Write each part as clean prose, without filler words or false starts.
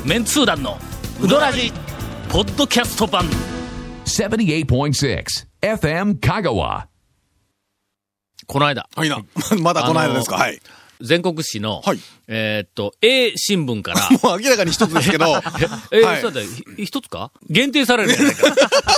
メンツー団のウドラジポッドキャスト版 78.6 FM 香川。 この間、 はいな。まだこの間ですか。はい。 全国紙の、 はい A 新聞からもう明らかに一つですけどはいそうだ一つか限定されるじゃないか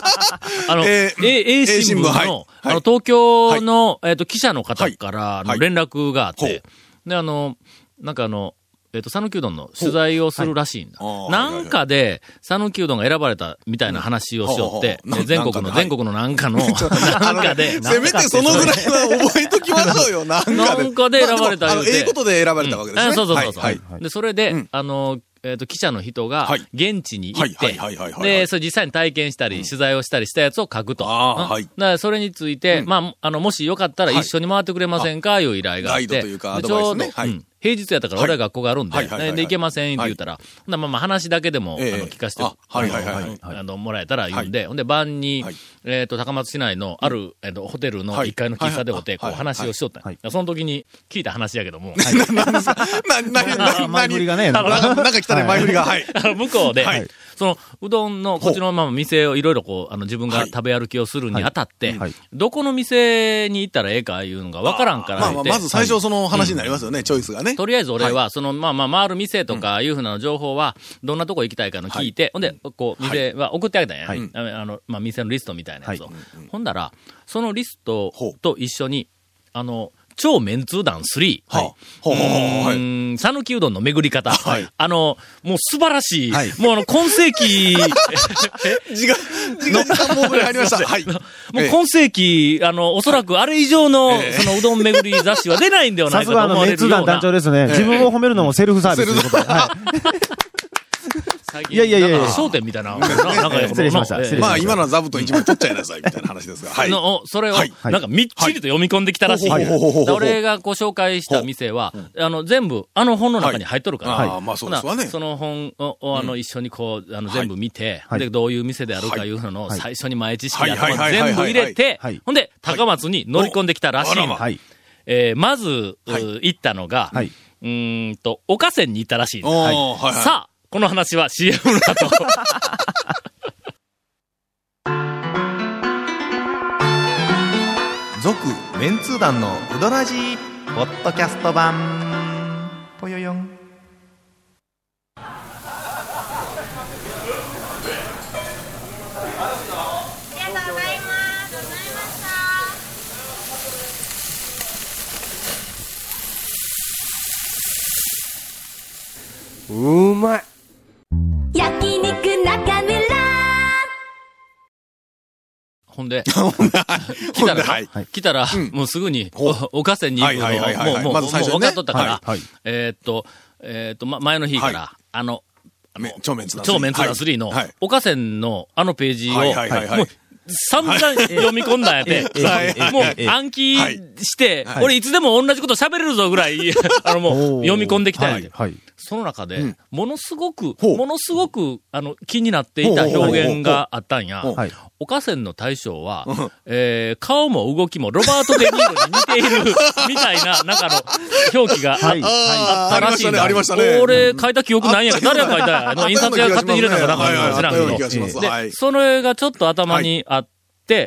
A 新聞の、 はい東京の、記者の方からはい連絡があって、 はいでなんか讃岐うどんの取材をするらしいんだ。なんかで、讃岐うどんが選ばれたみたいな話をしよって、全国のなんかの、なんかで。 せめてそのぐらいは覚えときましょうよ、なんかで選ばれた言うて。 ええことで選ばれたわけですね。 そう。 はいで、それで、記者の人が、現地に行って、で、それ実際に体験したり、取材をしたりしたやつを書くと。だからそれについて、もしよかったら一緒に回ってくれませんか、いう依頼があって。 ガイドというかアドバイスね。 平日やったから俺は学校があるんで、で、行けませんって言ったら、話だけでも、聞かせてもらえたら言うんで、ほんで、晩に、高松市内のある、ホテルの1階の喫茶でおって、こう話をしとった。その時に聞いた話やけども。 前振りがね、 なんか来たね、前振りが。はい。 向こうで、その、うどんの、こっちの店をいろいろこう、自分が食べ歩きをするにあたって、どこの店に行ったらええかいうのがわからんから。 まず最初その話になりますよね、チョイスがね。 とりあえず俺は、回る店とかいうふうな情報は、どんなとこ行きたいかの聞いて、ほんで、こう、店は送ってあげたんや。店のリストみたいなやつを。ほんだら、そのリストと一緒に、超メンツー団3。讃岐うどんの巡り方。もう素晴らしい。もう今世紀、 時間もう入りました。はい。 もう今世紀、おそらくあれ以上の、そのうどん巡り雑誌は出ないんではないかと思われるような。 さすがメンツー団団長ですね。自分を褒めるのもセルフサービスということで。いや。 商店みたいな。 失礼しました。 まあ今のは座布団一枚取っちゃいなさいみたいな話ですが。はい。 それを、なんかみっちりと読み込んできたらしい。俺がご紹介した店は、全部、本の中に入っとるから。 まあそうですわね。 その本を、一緒にこう、全部見て、で、どういう店であるかいうのを最初に前知識や全部入れて、ほんで、高松に乗り込んできたらしい。まず、行ったのが、岡線に行ったらしい。さあ、この話は CM の後。 続メンツー団のウドラジーポッドキャスト版ぽよよん。 うまい。 焼肉中村。 ほんで、来たら、もうすぐに、岡線に行くのもう分かっとったから、前の日から、 超メンツダ3の、岡線のページを、もう散々読み込んだんやて、もう暗記して、俺いつでも同じこと喋れるぞぐらい、もう読み込んできたんやて。その中で、ものすごく、気になっていた表現があったんや。岡線の大将は、顔も動きもロバート・デ・ニーロに似ている、みたいな、なんか表記があったらしいんだ。俺書いた記憶ないんやけど、誰が書いた印刷屋が勝手に入れたのかなんか知らんけど。で、それがちょっと頭にあって、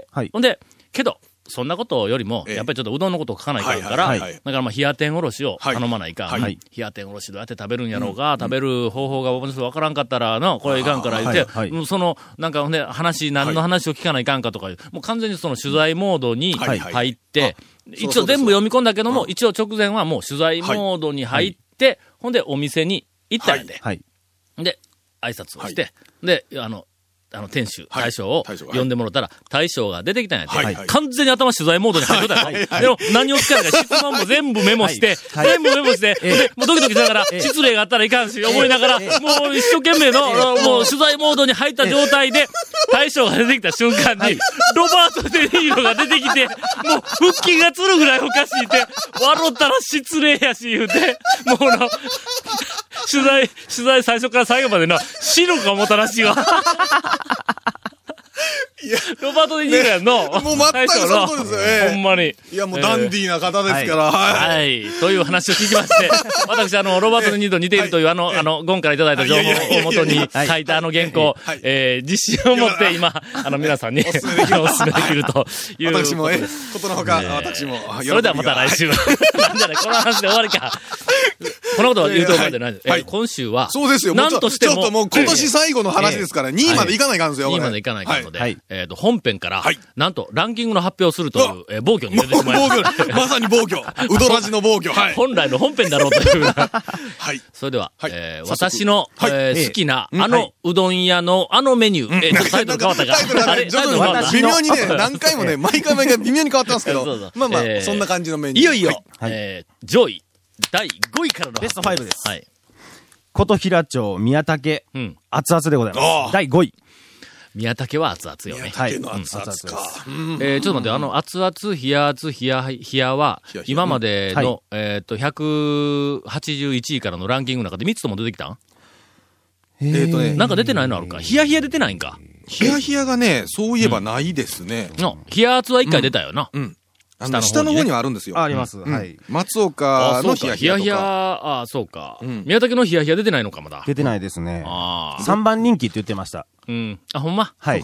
ほんで、けど、そんなことよりも、やっぱりちょっとうどんのことを書かないかんから、だから冷や天おろしを頼まないかん。冷や天おろしどうやって食べるんやろうか、食べる方法がもしわからんかったらこれいかんから言って、その、なんかね、何の話を聞かないかんかとか、もう完全にその取材モードに入って、一応全部読み込んだけども、一応直前はもう取材モードに入って、ほんでお店に行ったんやで。で、挨拶をして、で、店主、大将を呼んでもらったら、大将が出てきたんやって。完全に頭取材モードに入っとったよ。でも、何を聞かないか質問も全部メモして、で、もうドキドキしながら、失礼があったらいかんし、思いながら、もう一生懸命の、もう取材モードに入った状態で、大将が出てきた瞬間に、ロバート・デ・ニーロが出てきて、もう腹筋がつるぐらいおかしいって、笑ったら失礼やし、言うて、もう取材最初から最後まで死ぬか思ったらしいわ。 ロバート・デ・ニーロやんの。 もう全くその通りですよ。 ほんまに。 いや、もうダンディーな方ですから。 はい。という話を聞きまして、私、ロバート・デ・ニーロに似ているという、ゴンからいただいた情報をもとに書いた原稿、自信を持って今、皆さんにお勧めできるという。 私も、ことのほか、私も。 それではまた来週。なんじゃね、この話で終わりか。このことは言うところでない。今週は、 そうですよ。 なんとしても。 ちょっともう今年最後の話ですから、2位までいかないかんですよ。 2位までいかないかんので、本編から、なんとランキングの発表をするという、暴挙に出てしまいました。 まさに暴挙。うどらじの暴挙。 本来の本編だろうという。はい。それでは、私の、好きな、うどん屋のメニュー、ちょっとタイトル変わったか。 微妙にね、何回もね、毎回微妙に変わってますけど、まあまあ、そんな感じのメニュー。 いよいよ、上位、第5位からのベスト5です。 はい。 琴平町宮武、熱々でございます。第5位。 宮武は熱々よね。 はい。熱々か。 ちょっと待って、熱々、冷圧、冷やは、今までの、181位からのランキングの中で3つとも出てきたん？なんか出てないのあるか？冷や出てないんか？ 冷やがね、そういえばないですね。 冷圧は1回出たよな。 下の方にはあるんん。 あります。はい。 松岡の冷や冷や、そうか。宮武の冷や出てないのかまだ。 出てないですね。3番人気って言ってました。 あ、ほんま？ はい。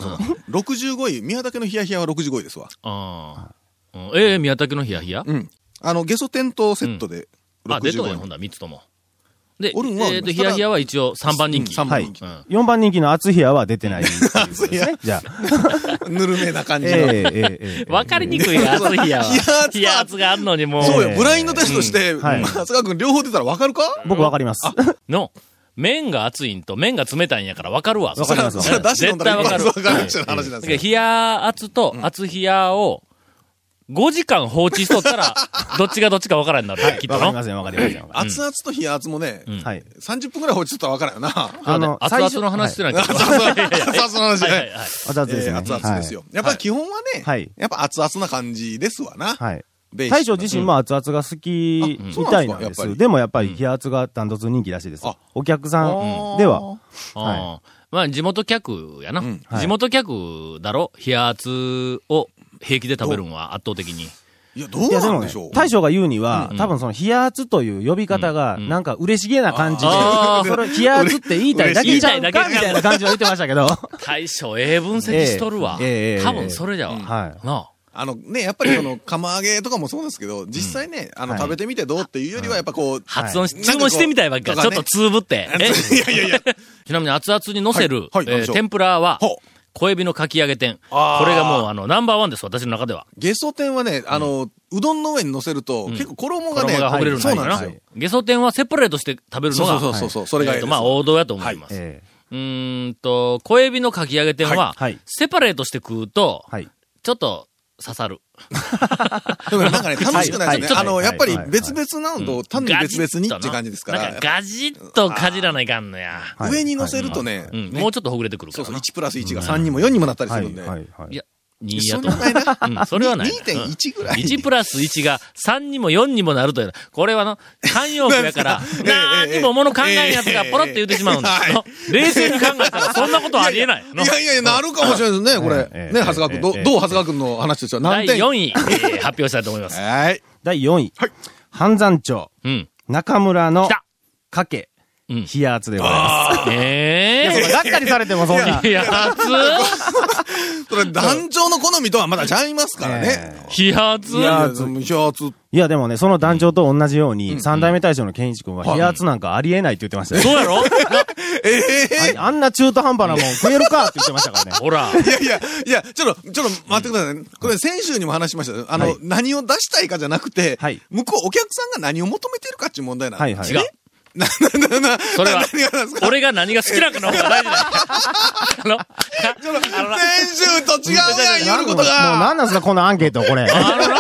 65位、宮武の冷やは65位ですわ。 宮武の冷や？ ゲソテントセットで65位。 あ、出とんや、ほんだ、3つとも。で、冷やは一応3番人気。 はい。4番人気の熱冷やは出てない。熱冷やじゃあ。ぬるめな感じの。 わかりにくいよ、熱冷やは。冷圧があんのにもう。 そうよ、ブラインドテストして、松川くん両方出たらわかるか？ 僕わかります。 麺が熱いんと麺が冷たいんやからわかるわ。 わかります。絶対わかる。わかる話なんですよ。 冷や圧と熱冷やを、5時間放置しとったら、どっちがどっちか分からんなる。きっとわかりません、わかりません。 熱々と冷圧もね、30分くらい放置しとったら分からんよな。 熱々の話してないけど。 熱々の話ね。 熱々ですね。 熱々ですよ。やっぱり基本はね、やっぱ熱々な感じですわな。 大将自身も熱々が好きみたいなんです。でもやっぱり冷圧がダントツ人気らしいです。お客さんでは。 まあ地元客やな。地元客だろ冷圧を。平気で食べるのは圧倒的に。 いや、どうなんでしょう。 大将が言うには、多分その、冷圧という呼び方が、なんか嬉しげな感じで、それ、冷圧って言いたいだけちゃうかみたいな感じを言ってましたけど。 大将、分析しとるわ。多分それじゃわ。なね、やっぱりその、釜揚げとかもそうですけど、実際ね、食べてみてどうっていうよりは、やっぱこう、 注文してみたいわけか。ちょっとつぶって。 いや。 ちなみに熱々に乗せる、天ぷらは、小エビのかき揚げ店。これがもうナンバー1です、私の中では。 ゲソ天はね、うどんの上に乗せると、結構衣がね、 ほぐれるんだよな。 そうなんですよ。 ゲソ天はセパレートして食べるのが、 そう、それがまあ王道やと思います。小エビのかき揚げ店は、セパレートして食うと、ちょっと刺さる。 でもなんかね、楽しくないですね。やっぱり別々なのと、単に別々にって感じですから。 なんかガジッとかじらないかんのや。 上に乗せるとね、 もうちょっとほぐれてくるから。 そう、1プラス1が3にも4にもなったりするんで。 いや、2やと。それはない。 2.1 ぐらい。 1プラス1が3にも4にもなるという。これは慣用句やから、何にも物考えんやつがポロって言ってしまうんだ。冷静に考えたらそんなことありえない。 いや、なるかもしれないですね、これ。ね、長谷川君。どう長谷川君の話としては何点？ 第4位、発表したいと思います。 第4位。半山町。中村のかけ。冷圧でございます。がっかりされてもそんな。 冷圧それ団長の好みとはまだちゃいますからね。 冷圧いやでもね、その団長と同じように、三代目大将の健一君は冷圧なんかありえないって言ってましたよ。 そうやろあんな中途半端なもん食えるかって言ってましたからね。 ほら。 いや、ちょっと待ってくださいね。これ先週にも話しました。何を出したいかじゃなくて、向こうお客さんが何を求めてるかっていう問題なんです。 違う。それは、俺が何が好きなのかの方が大事だ。 先週と違うやん、言うことが。 もう何なんすか、このアンケート、これ。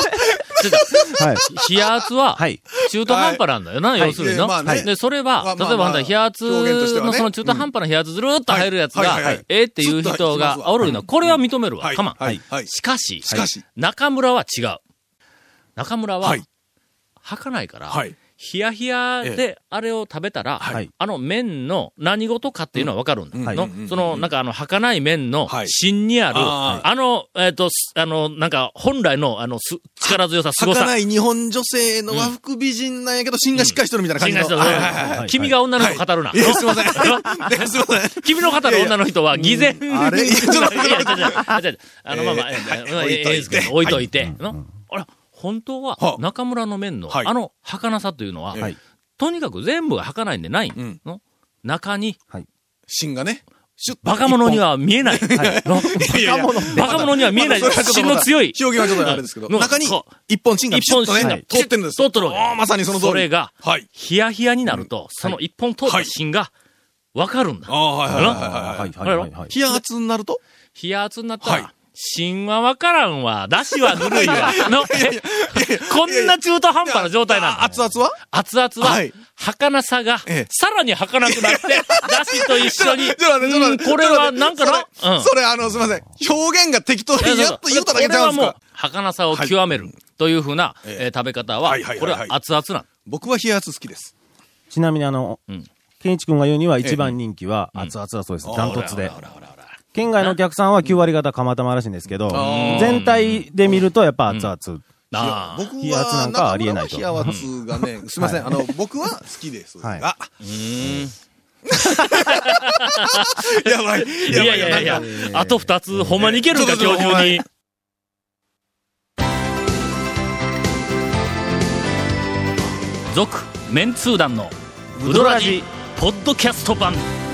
冷圧は、中途半端なんだよな、要するにな。で、それは、例えば冷圧のその中途半端な冷圧ずるーっと入るやつが、っていう人がおるの。これは認めるわ。かまん。しかし、中村は違う。中村は、履かないから、 ヒヤヒヤであれを食べたら、あの麺の何事かっていうのはわかるんだ。その、なんか儚い麺の芯にある、なんか本来の力強さ、凄さ。 儚い日本女性の和服美人なんやけど、芯がしっかりしとるみたいな感じの。 芯がしっかりしとる。君が女の子語るな。 すいません。すいません。 君の語る女の人は偽善。 あれちょっと待って。 置いといて。あれ、本当は、中村の麺の、儚さというのは、とにかく全部が儚いんでないの。中に、 芯がね、 バカ者には見えない。バカ者には見えない。芯の強い。 表現はちょっとあれですけど、中に一本芯がピシッとね、通ってるんです。 通ってるわけ。 まさにその通り。 それが、ヒヤヒヤになると、その一本通った芯が、わかるんだ。 ヒヤ圧になるとヒヤ圧になったら、芯はわからんわ。だしはぬるいわ。こんな中途半端な状態なんだ。 熱々は熱々は、儚さが、さらに儚くなって、だしと一緒に、これはなんかなそれすいません。表現が適当にやっと言うただけちゃうんですか。 これはもう、儚さを極めるというふうな食べ方は、これは熱々なん。 僕は冷圧好きです。 ちなみにケンイチ君が言うには一番人気は熱々だそうです。ダントツで。県外のお客さんは9割方釜玉らしいんですけど、全体で見るとやっぱ熱々。 僕冷圧なんかはありえないと。 冷圧がね、すいません。僕は好きですが。やばい。 いや。あと2つ、ほんまにいけるんか、今日中に。続、メンツー団のウドラジポッドキャスト版。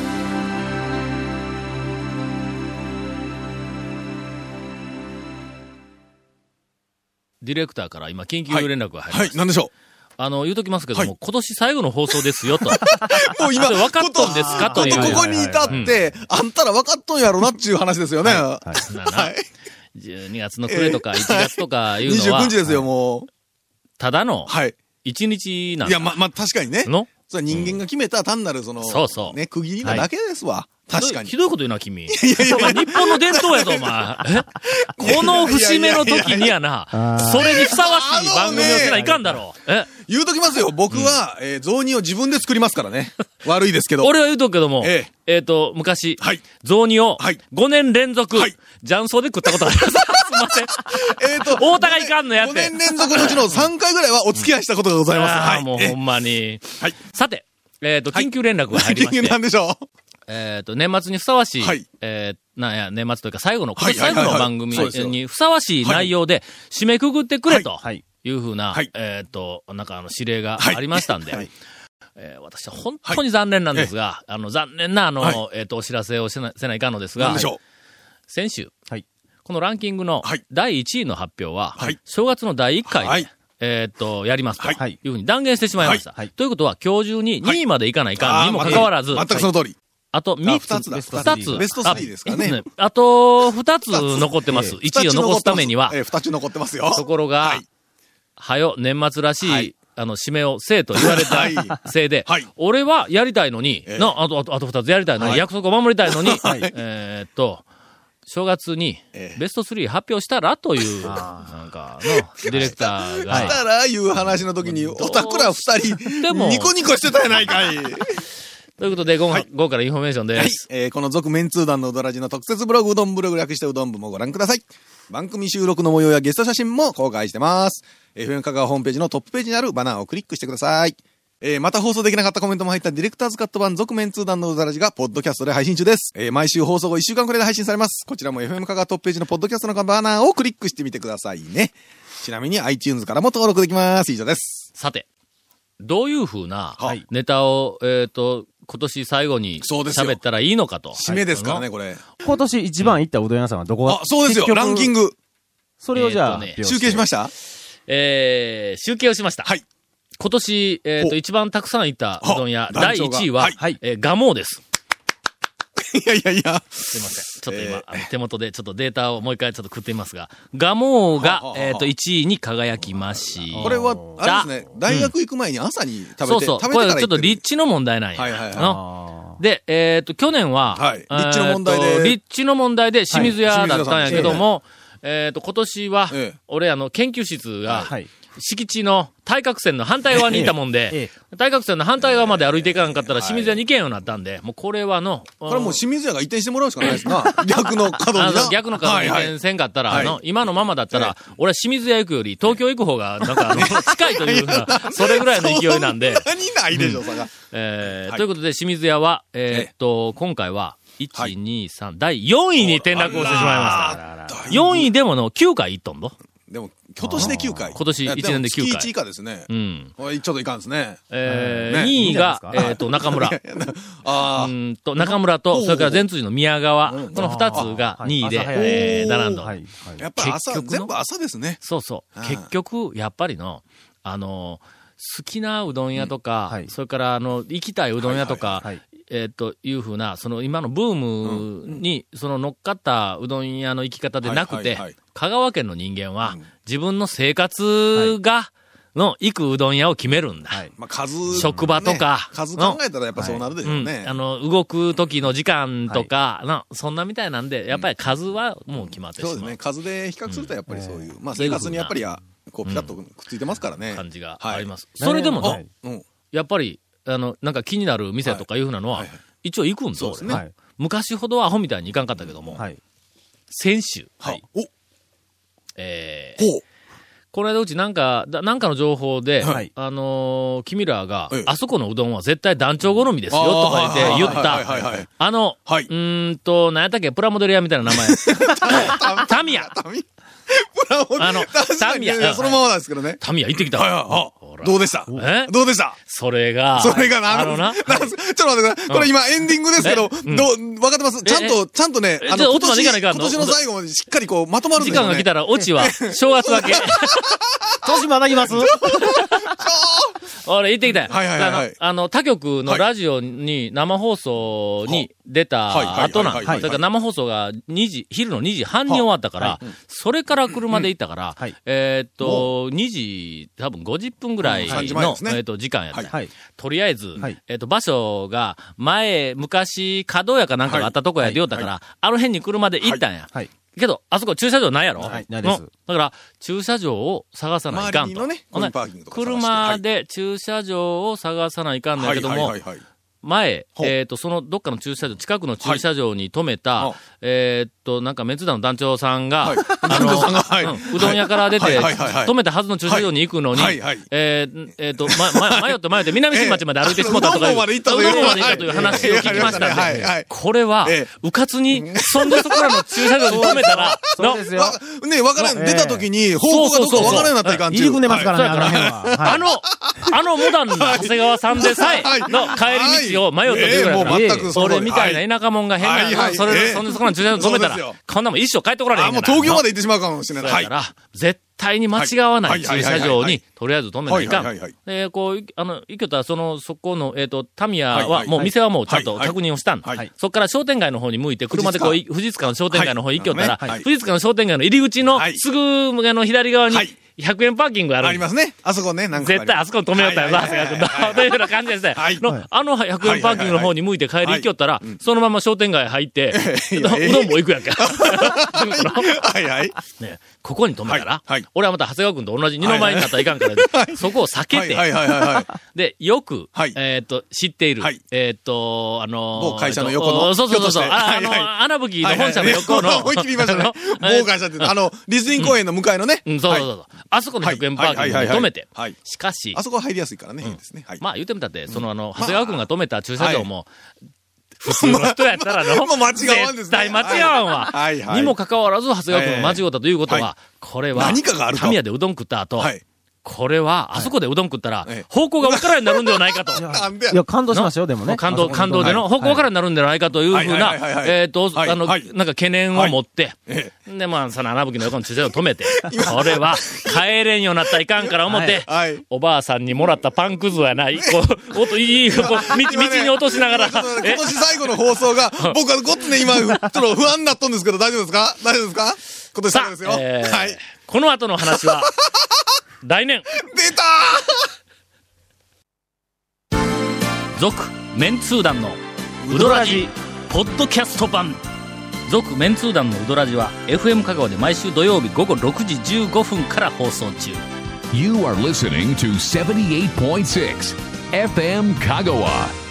ディレクターから今緊急連絡が入りました。 何でしょう。言うときますけども、今年最後の放送ですよと。もう今、 分かっとんですかという。 ここに至って、あんたら分かっとんやろなっていう話ですよね。 12月の暮れとか1月とかいうのは。 29日ですよ、もう。 ただの、1日なんだ。 いや、確かにね。それ人間が決めた単なるね、区切りなだけですわ。確かに。 ひどいこと言うな、君。日本の伝統やぞ、お前。この節目の時にやな、それにふさわしい番組をせないかんだろう。 言うときますよ、僕は、雑煮を自分で作りますからね。悪いですけど。 俺は言うとくけども、昔、雑煮を5年連続、雀荘で食ったことがあります。すみません。太田がいかんのやって。 5年連続のうちの3回ぐらいはお付き合いしたことがございます。 もうほんまに。さて、緊急連絡が入りまして。 緊急なんでしょう。 年末にふさわしい、年末というか最後の番組にふさわしい内容で締めくくってくれというふうな、なんか指令がありましたんで、私は本当に残念なんですが、残念なお知らせをせないかんのですが、先週、このランキングの第1位の発表は、正月の第1回で、やりますというふうに断言してしまいました。ということは今日中に2位までいかないかんにもかかわらず、 全くその通り。 あと3つ。 ベスト3ですかね。 あと2つ残ってます。1位を残すためには。 2つ残ってますよ。 ところが、年末らしい、締めをせえと言われたせいで、俺はやりたいのに、あと2つやりたいのに、約束を守りたいのに、正月にベスト3発表したらという、なんかの、ディレクターが。 したらいう話の時に、おたくら2人、ニコニコしてたやないかい。 ということで、午後からインフォメーションです。 この続メンツー団のうどらじの特設ブログ、うどんブログ略してうどん部もご覧ください。番組収録の模様やゲスト写真も公開してます。FM 香川ホームページのトップページにあるバナーをクリックしてください。また放送できなかったコメントも入ったディレクターズカット版続メンツー団のうどらじがポッドキャストで配信中です。毎週放送後1週間くらいで配信されます。こちらも FM 香川トップページのポッドキャストのバナーをクリックしてみてくださいね。ちなみに iTunes からも登録できます。以上です。 さて、どういう風なネタを、今年最後に喋ったらいいのかと。 締めですからね、これ。 今年一番行ったうどん屋さんはどこが？ そうですよ、ランキング。 それをじゃあ、 集計しました？ 集計をしました。はい。今年、一番たくさん行ったうどん屋、第1位は、ガモーです。 いや。すいません。ちょっと今、手元でちょっとデータをもう一回ちょっと食ってみますが、ガモーが、1位に輝きまし。 これは、あれですね、大学行く前に朝に食べて、 そうそう。これちょっと立地の問題なんや。で、去年は、 立地の問題で。 立地の問題で清水屋だったんやけども、今年は、俺研究室が、 敷地の対角線の反対側にいたもんで、対角線の反対側まで歩いていかなかったら清水屋に行けんようになったんで、もうこれはこれもう清水屋が移転してもらうしかないですな。逆の角にな。 逆の角に移転せんかったら、今のままだったら、俺は清水屋行くより東京行く方が、近いというふうな、それぐらいの勢いなんで。 そんなにないでしょ、差が。 ということで清水屋は、今回は、1、2、3、第4位に転落をしてしまいました。4位でも9回行っとんの？ でも、今年で9回。 今年1年で9回。 月1以下ですね。 うん。 ちょっといかんですね。 2位が、中村。中村と、それから善通寺の宮川。この2つが2位で、並んど。 やっぱり全部朝ですね。 そうそう。結局、やっぱり好きなうどん屋とか、それから行きたいうどん屋とか、いうふうな、今のブームに、乗っかったうどん屋の生き方でなくて、香川県の人間は、自分の生活の行くうどん屋を決めるんだ。 まあ、数。 職場とか。 数考えたらやっぱそうなるでしょうね。 動く時の時間とか、そんなみたいなんで、やっぱり数はもう決まってしまう。 そうですね。数で比較するとやっぱりそういう、まあ生活にやっぱり、ピタッとくっついてますからね。 感じがあります。それでもね、やっぱり、なんか気になる店とかいうふうなのは、一応行くんぞ。昔ほどアホみたいに行かんかったけども、先週、この間うちなんかの情報で、君らが、あそこのうどんは絶対団長好みですよ、とか言った、何やったっけ、プラモデル屋みたいな名前。タミヤ。タミヤ。 そのままなんですけどね。 タミヤ行ってきた。 どうでしたどうでしたそれがな、ちょっと待ってください。これ今エンディングですけど、わかってますちゃんとね、今年の最後までしっかりまとまるんですよね。 時間が来たら、オチは、正月だけ。 年まだ来ます俺行ってきたよ。他局のラジオに生放送に出た後なん。それから生放送が昼の2時半に終わったから、それから車で行ったから、2時、多分50分ぐらいの、時間やった。とりあえず、場所が昔、角屋かなんかがあったとこやでよったから、あの辺に車で行ったんや。けど、あそこ駐車場ないやろ？ ないです。 だから、駐車場を探さないかんと。車で駐車場を探さないかんのやけども、前、どっかの駐車場、近くの駐車場に止めた、なんか、メツダの団長さんが、うどん屋から出て、止めたはずの駐車場に行くのに、迷って、南新町まで歩いてしもたとかいう、うどんまで行ったという話を聞きましたんで、これは、うかつに、そんなところの駐車場に止めたら、 そうですよ。 ね、わからん、出た時に、方向がどこかわからんようになったらいかんちゅう。 入り組んでますからね、あの辺は。 モダンな長谷川さんでさえの帰り道を迷ったというぐらいだから、俺みたいな田舎者が変な、そんでそこの駐車場に止めたら、こんなもん一生帰ってこられへんから。 もう東京まで行ってしまうかもしれない。 だから、絶対に間違わない駐車場に、とりあえず止めないかん。で、行けたら、そこの、タミヤは、もう店はもうちゃんと確認をしたん。そっから商店街の方に向いて、車で富士塚の商店街の方に行きよったら、富士塚の商店街の入り口のすぐ左側に、100円パーキングある。 ありますね。あそこね、なんか。 絶対あそこに止めよったよな、長谷川君。というような感じですね。100円パーキングの方に向いて帰り行きよったら、そのまま商店街入って、うどんも行くやんか。ここに止めたら、俺はまた長谷川君と同じ二の前になったらいかんから、そこを避けて、で、よく、知っている、 某会社の横の。 そう。穴吹の本社の横の。 思いっきり言いましたね。某会社って、リスニング公園の向かいのね。 そう。あそこの100円パーキングに止めて、しかし、 あそこは入りやすいからね、いいですね。 まあ言うてみたって、長谷川君が止めた駐車場も、普通の人やったらの、絶対間違わんわ。にもかかわらず、長谷川君が間違ったということは、これは、タミヤでうどん食った後、これは、あそこでうどん食ったら、方向が分からんようになるんではないかと。 いや、感動しましたよ、でもね。感動での、方向分からんようになるんではないかというふうな、なんか懸念を持って、で、まあ、その穴吹の横の駐車場を止めて、これは、帰れんようになったらいかんから思って、おばあさんにもらったパンくずやない、道に落としながら。 今年最後の放送が、僕はごっつね、今、ちょっと不安になったんですけど、大丈夫ですか今年最後ですよ。はい。 この後の話は、来年出た続メンツー団のウドラジポッドキャスト版。続メンツー団のウドラジは FM 香川で毎週土曜日午後6時15分から放送中。 You are listening to 78.6 FM Kagawa.